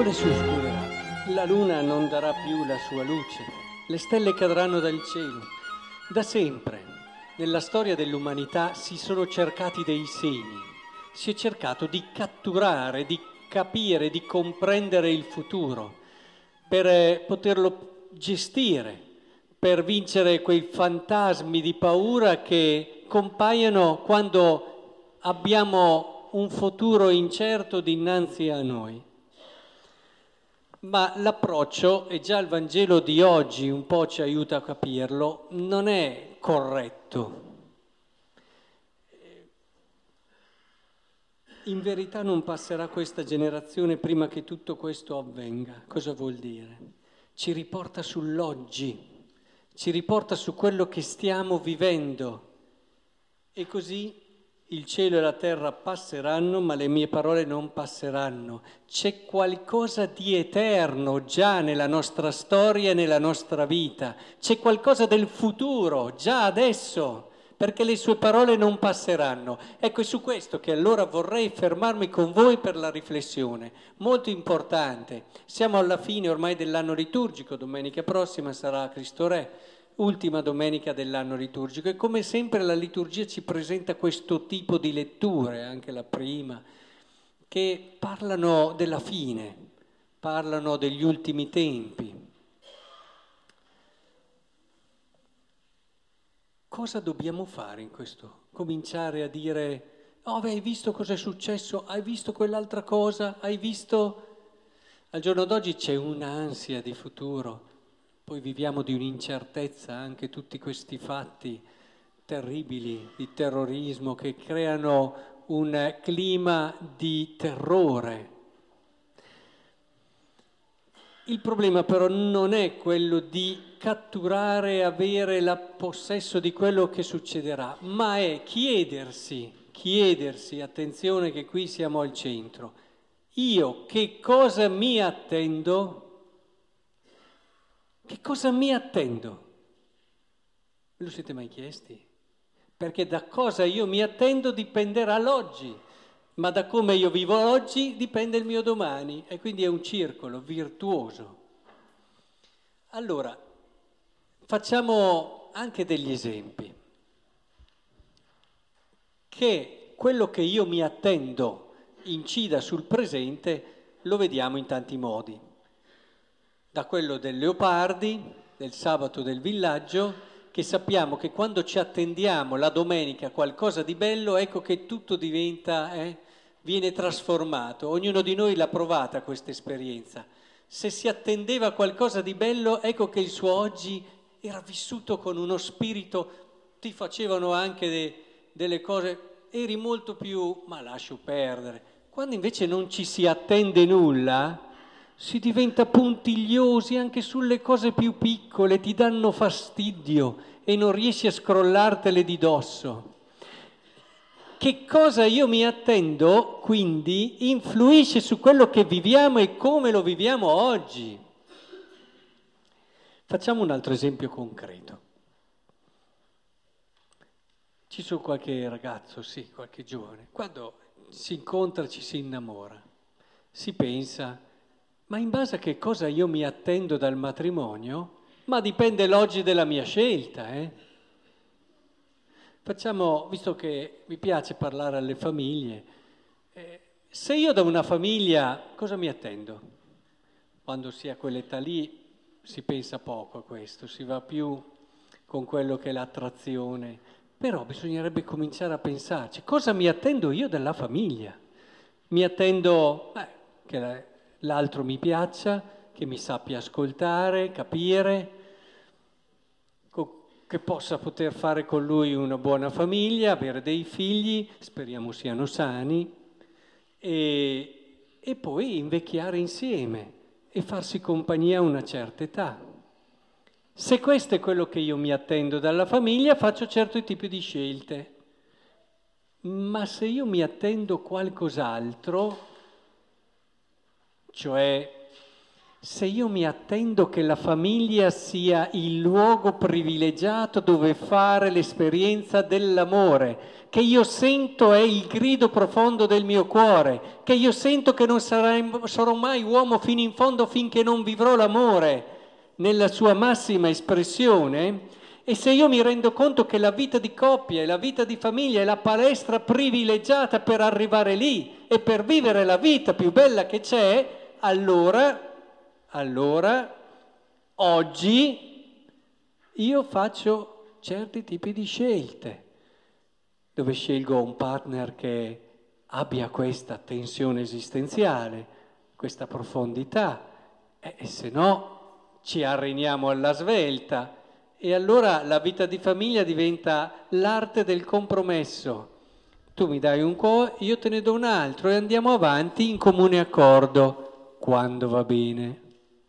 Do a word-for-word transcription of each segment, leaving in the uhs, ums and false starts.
sole si oscurerà, la luna non darà più la sua luce, le stelle cadranno dal cielo. Da sempre, nella storia dell'umanità, si sono cercati dei segni, si è cercato di catturare, di capire, di comprendere il futuro, per poterlo gestire, per vincere quei fantasmi di paura che compaiono quando abbiamo un futuro incerto dinanzi a noi. Ma l'approccio, e già il Vangelo di oggi un po' ci aiuta a capirlo, non è corretto. In verità non passerà questa generazione prima che tutto questo avvenga. Cosa vuol dire? Ci riporta sull'oggi, ci riporta su quello che stiamo vivendo. E così il cielo e la terra passeranno, ma le mie parole non passeranno. C'è qualcosa di eterno già nella nostra storia e nella nostra vita. C'è qualcosa del futuro già adesso, perché le sue parole non passeranno. Ecco, è su questo che allora vorrei fermarmi con voi per la riflessione. Molto importante. Siamo alla fine ormai dell'anno liturgico, domenica prossima sarà Cristo Re. Ultima domenica dell'anno liturgico, e come sempre la liturgia ci presenta questo tipo di letture, anche la prima, che parlano della fine, parlano degli ultimi tempi. Cosa dobbiamo fare in questo? Cominciare a dire, oh beh, hai visto cosa è successo? Hai visto quell'altra cosa? Hai visto? Al giorno d'oggi c'è un'ansia di futuro. Poi viviamo di un'incertezza, anche tutti questi fatti terribili di terrorismo che creano un clima di terrore. Il problema però non è quello di catturare e avere il possesso di quello che succederà, ma è chiedersi, chiedersi, attenzione che qui siamo al centro, io che cosa mi attendo? Che cosa mi attendo? Ve lo siete mai chiesti? Perché da cosa io mi attendo dipenderà l'oggi, ma da come io vivo oggi dipende il mio domani, e quindi è un circolo virtuoso. Allora, facciamo anche degli esempi. Che quello che io mi attendo incida sul presente lo vediamo in tanti modi. Da quello del Leopardi, del sabato del villaggio, che sappiamo che quando ci attendiamo la domenica qualcosa di bello, ecco che tutto diventa, eh, viene trasformato. Ognuno di noi l'ha provata questa esperienza. Se si attendeva qualcosa di bello, ecco che il suo oggi era vissuto con uno spirito, ti facevano anche de, delle cose, eri molto più, ma lascio perdere. Quando invece non ci si attende nulla, si diventa puntigliosi anche sulle cose più piccole, ti danno fastidio e non riesci a scrollartele di dosso. Che cosa io mi attendo, quindi, influisce su quello che viviamo e come lo viviamo oggi. Facciamo un altro esempio concreto. Ci sono qualche ragazzo, sì, qualche giovane, quando si incontra, ci si innamora, si pensa, ma in base a che cosa io mi attendo dal matrimonio? Ma dipende l'oggi della mia scelta, eh? Facciamo, visto che mi piace parlare alle famiglie, eh, se io da una famiglia cosa mi attendo? Quando si è a quell'età lì si pensa poco a questo, si va più con quello che è l'attrazione, però bisognerebbe cominciare a pensarci, cosa mi attendo io dalla famiglia? Mi attendo eh, che la, l'altro mi piaccia, che mi sappia ascoltare, capire, che possa poter fare con lui una buona famiglia, avere dei figli, speriamo siano sani, e, e poi invecchiare insieme e farsi compagnia a una certa età. Se questo è quello che io mi attendo dalla famiglia, faccio certi tipi di scelte. Ma se io mi attendo qualcos'altro, cioè Se io mi attendo che la famiglia sia il luogo privilegiato dove fare l'esperienza dell'amore, che io sento è il grido profondo del mio cuore, che io sento che non sarai, sarò mai uomo fino in fondo finché non vivrò l'amore nella sua massima espressione, e se io mi rendo conto che la vita di coppia e la vita di famiglia è la palestra privilegiata per arrivare lì e per vivere la vita più bella che c'è, allora... Allora, oggi io faccio certi tipi di scelte, dove scelgo un partner che abbia questa tensione esistenziale, questa profondità, e, e se no ci arriniamo alla svelta. E allora la vita di famiglia diventa l'arte del compromesso. Tu mi dai un cuore, io te ne do un altro e andiamo avanti in comune accordo, quando va bene.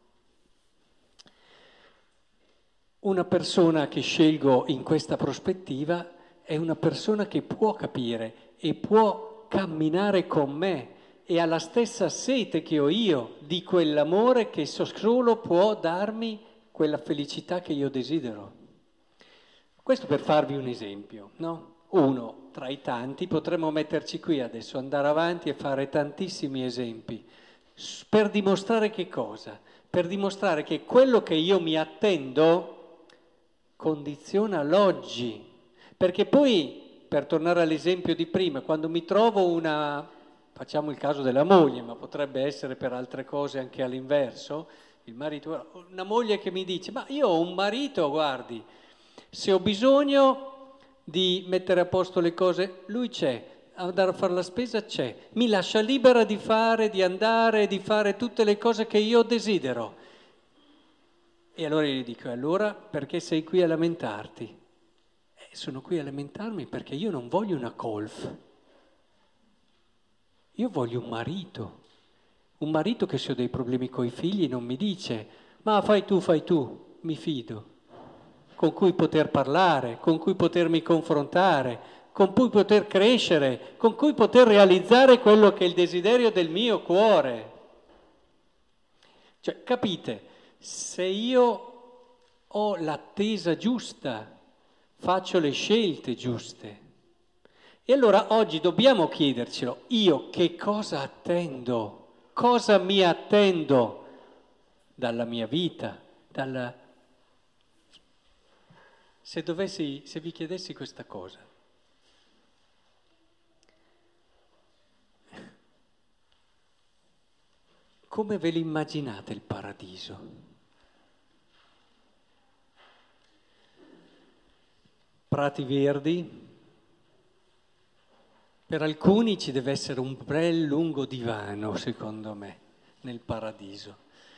Una persona che scelgo in questa prospettiva è una persona che può capire e può camminare con me e ha la stessa sete che ho io di quell'amore che solo può darmi quella felicità che io desidero. Questo per farvi un esempio, no? Uno tra i tanti, potremmo metterci qui adesso, andare avanti e fare tantissimi esempi. Per dimostrare che cosa? Per dimostrare che quello che io mi attendo condiziona l'oggi, perché poi, per tornare all'esempio di prima, quando mi trovo una, facciamo il caso della moglie, ma potrebbe essere per altre cose anche all'inverso, il marito, una moglie che mi dice, ma io ho un marito, guardi, se ho bisogno di mettere a posto le cose, lui c'è, andare a fare la spesa c'è, mi lascia libera di fare, di andare, di fare tutte le cose che io desidero. E allora io gli dico, allora perché sei qui a lamentarti? Eh, sono qui a lamentarmi perché io non voglio una colf. Io voglio un marito. Un marito che se ho dei problemi coi figli non mi dice, ma fai tu, fai tu, mi fido. Con cui poter parlare, con cui potermi confrontare, con cui poter crescere, con cui poter realizzare quello che è il desiderio del mio cuore. Cioè, capite? Se io ho l'attesa giusta, faccio le scelte giuste. E allora oggi dobbiamo chiedercelo, io che cosa attendo? Cosa mi attendo dalla mia vita? Dalla... Se dovessi, se vi chiedessi questa cosa, come ve l'immaginate il paradiso? Prati verdi, per alcuni ci deve essere un bel lungo divano, secondo me, nel paradiso.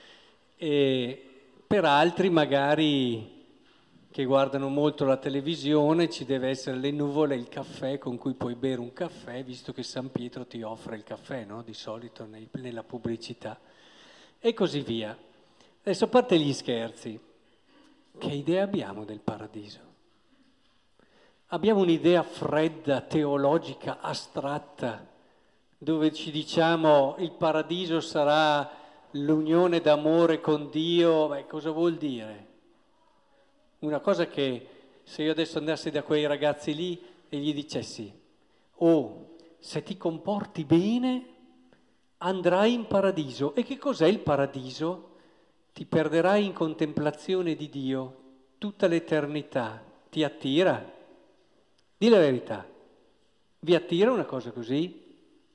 E per altri magari che guardano molto la televisione ci deve essere le nuvole e il caffè con cui puoi bere un caffè, visto che San Pietro ti offre il caffè, no? Di solito nei, nella pubblicità. E così via. Adesso a parte gli scherzi, che idea abbiamo del paradiso? Abbiamo un'idea fredda, teologica, astratta, dove ci diciamo il paradiso sarà l'unione d'amore con Dio. Beh, cosa vuol dire? Una cosa che se io adesso andassi da quei ragazzi lì e gli dicessi, oh, se ti comporti bene andrai in paradiso. E che cos'è il paradiso? Ti perderai in contemplazione di Dio tutta l'eternità. Ti attira? Dì la verità, vi attira una cosa così?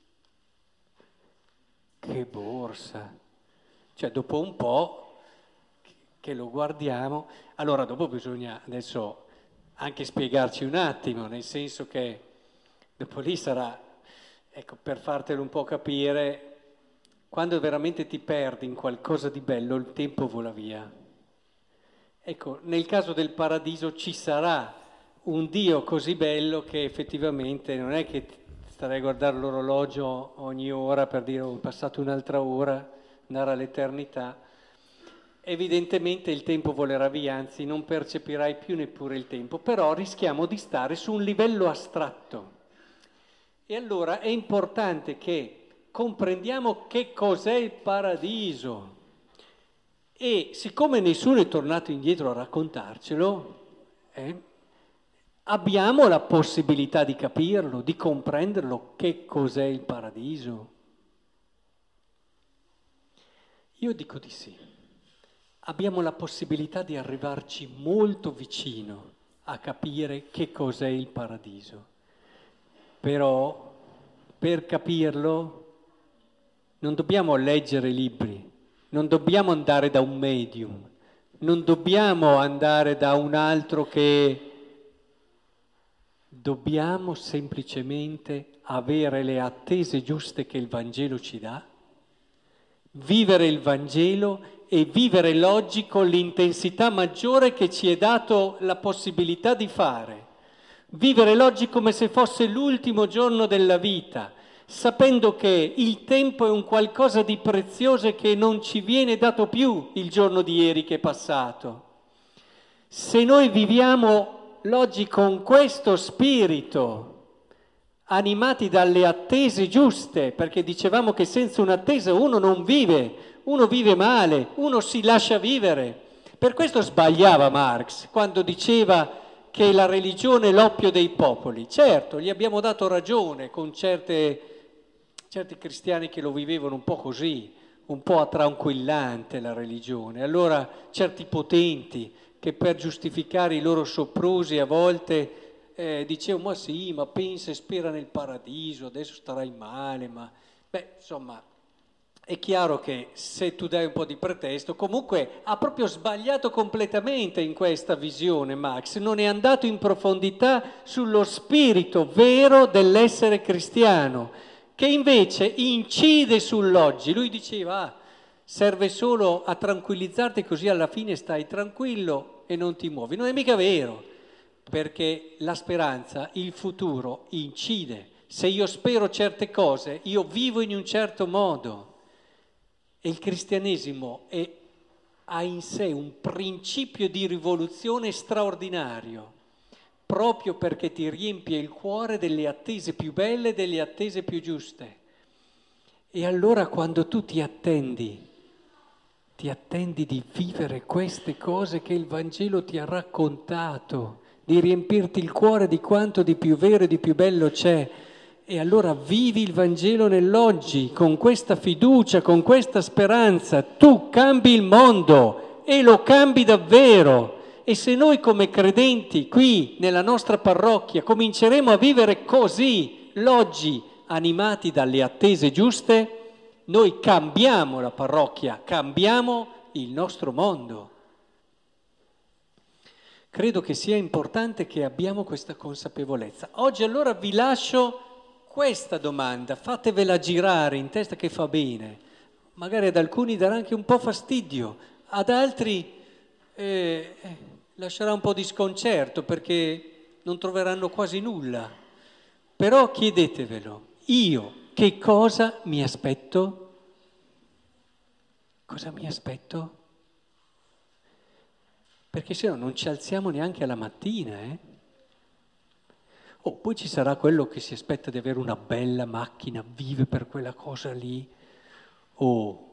Che borsa! Cioè dopo un po' che lo guardiamo, allora dopo bisogna adesso anche spiegarci un attimo, nel senso che dopo lì sarà, ecco, per fartelo un po' capire, quando veramente ti perdi in qualcosa di bello il tempo vola via. Ecco, nel caso del paradiso ci sarà un Dio così bello che effettivamente non è che starei a guardare l'orologio ogni ora per dire ho passato un'altra ora, andare all'eternità. Evidentemente il tempo volerà via, anzi non percepirai più neppure il tempo, però rischiamo di stare su un livello astratto. E allora è importante che comprendiamo che cos'è il paradiso. E siccome nessuno è tornato indietro a raccontarcelo, eh, abbiamo la possibilità di capirlo, di comprenderlo, che cos'è il paradiso. Io dico di sì. Abbiamo la possibilità di arrivarci molto vicino a capire che cos'è il paradiso. Però per capirlo non dobbiamo leggere libri, non dobbiamo andare da un medium, non dobbiamo andare da un altro che... Dobbiamo semplicemente avere le attese giuste che il Vangelo ci dà, vivere il Vangelo e vivere l'oggi con l'intensità maggiore che ci è dato la possibilità di fare. Vivere l'oggi come se fosse l'ultimo giorno della vita, sapendo che il tempo è un qualcosa di prezioso e che non ci viene dato più il giorno di ieri che è passato. Se noi viviamo l'oggi con questo spirito, animati dalle attese giuste, perché dicevamo che senza un'attesa uno non vive, uno vive male, uno si lascia vivere. Per questo sbagliava Marx quando diceva che la religione è l'oppio dei popoli. Certo, gli abbiamo dato ragione con certe, certi cristiani che lo vivevano un po' così, un po' a tranquillante la religione. Allora certi potenti che per giustificare i loro soprusi a volte eh, dicevano ma sì, ma pensa e spera nel paradiso, adesso starai male, ma... Beh, insomma, è chiaro che se tu dai un po' di pretesto, comunque ha proprio sbagliato completamente in questa visione Marx, non è andato in profondità sullo spirito vero dell'essere cristiano, che invece incide sull'oggi. Lui diceva, ah, serve solo a tranquillizzarti così alla fine stai tranquillo e non ti muovi. Non è mica vero, perché la speranza, il futuro incide. Se io spero certe cose, io vivo in un certo modo. E il cristianesimo è, ha in sé un principio di rivoluzione straordinario, proprio perché ti riempie il cuore delle attese più belle, delle attese più giuste. E allora quando tu ti attendi, ti attendi di vivere queste cose che il Vangelo ti ha raccontato, di riempirti il cuore di quanto di più vero e di più bello c'è, e allora vivi il Vangelo nell'oggi, con questa fiducia, con questa speranza, tu cambi il mondo e lo cambi davvero. E se noi come credenti qui nella nostra parrocchia cominceremo a vivere così l'oggi, animati dalle attese giuste, noi cambiamo la parrocchia, cambiamo il nostro mondo. Credo che sia importante che abbiamo questa consapevolezza. Oggi allora vi lascio questa domanda, fatevela girare in testa che fa bene. Magari ad alcuni darà anche un po' fastidio, ad altri eh, lascerà un po' di sconcerto perché non troveranno quasi nulla. Però chiedetevelo, io che cosa mi aspetto? Cosa mi aspetto? Perché se no non ci alziamo neanche alla mattina, eh? Oh, poi ci sarà quello che si aspetta di avere una bella macchina, vive per quella cosa lì. Oh,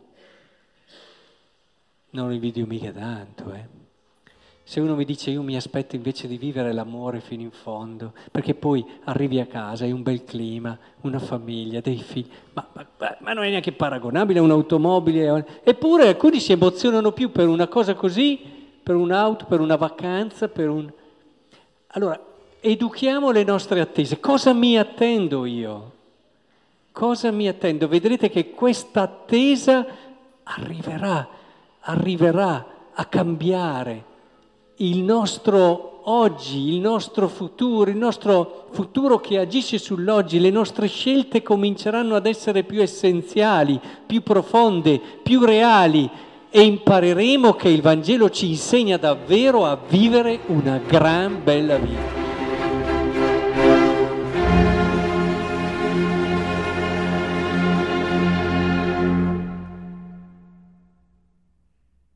non invidio mica tanto, eh. Se uno mi dice io mi aspetto invece di vivere l'amore fino in fondo, perché poi arrivi a casa, hai un bel clima, una famiglia, dei figli, ma, ma, ma non è neanche paragonabile a un'automobile. Eppure alcuni si emozionano più per una cosa così, per un'auto, per una vacanza, per un... Allora, educhiamo le nostre attese. Cosa mi attendo io? Cosa mi attendo? Vedrete che questa attesa arriverà, arriverà a cambiare il nostro oggi, il nostro futuro, il nostro futuro che agisce sull'oggi. Le nostre scelte cominceranno ad essere più essenziali, più profonde, più reali e impareremo che il Vangelo ci insegna davvero a vivere una gran bella vita.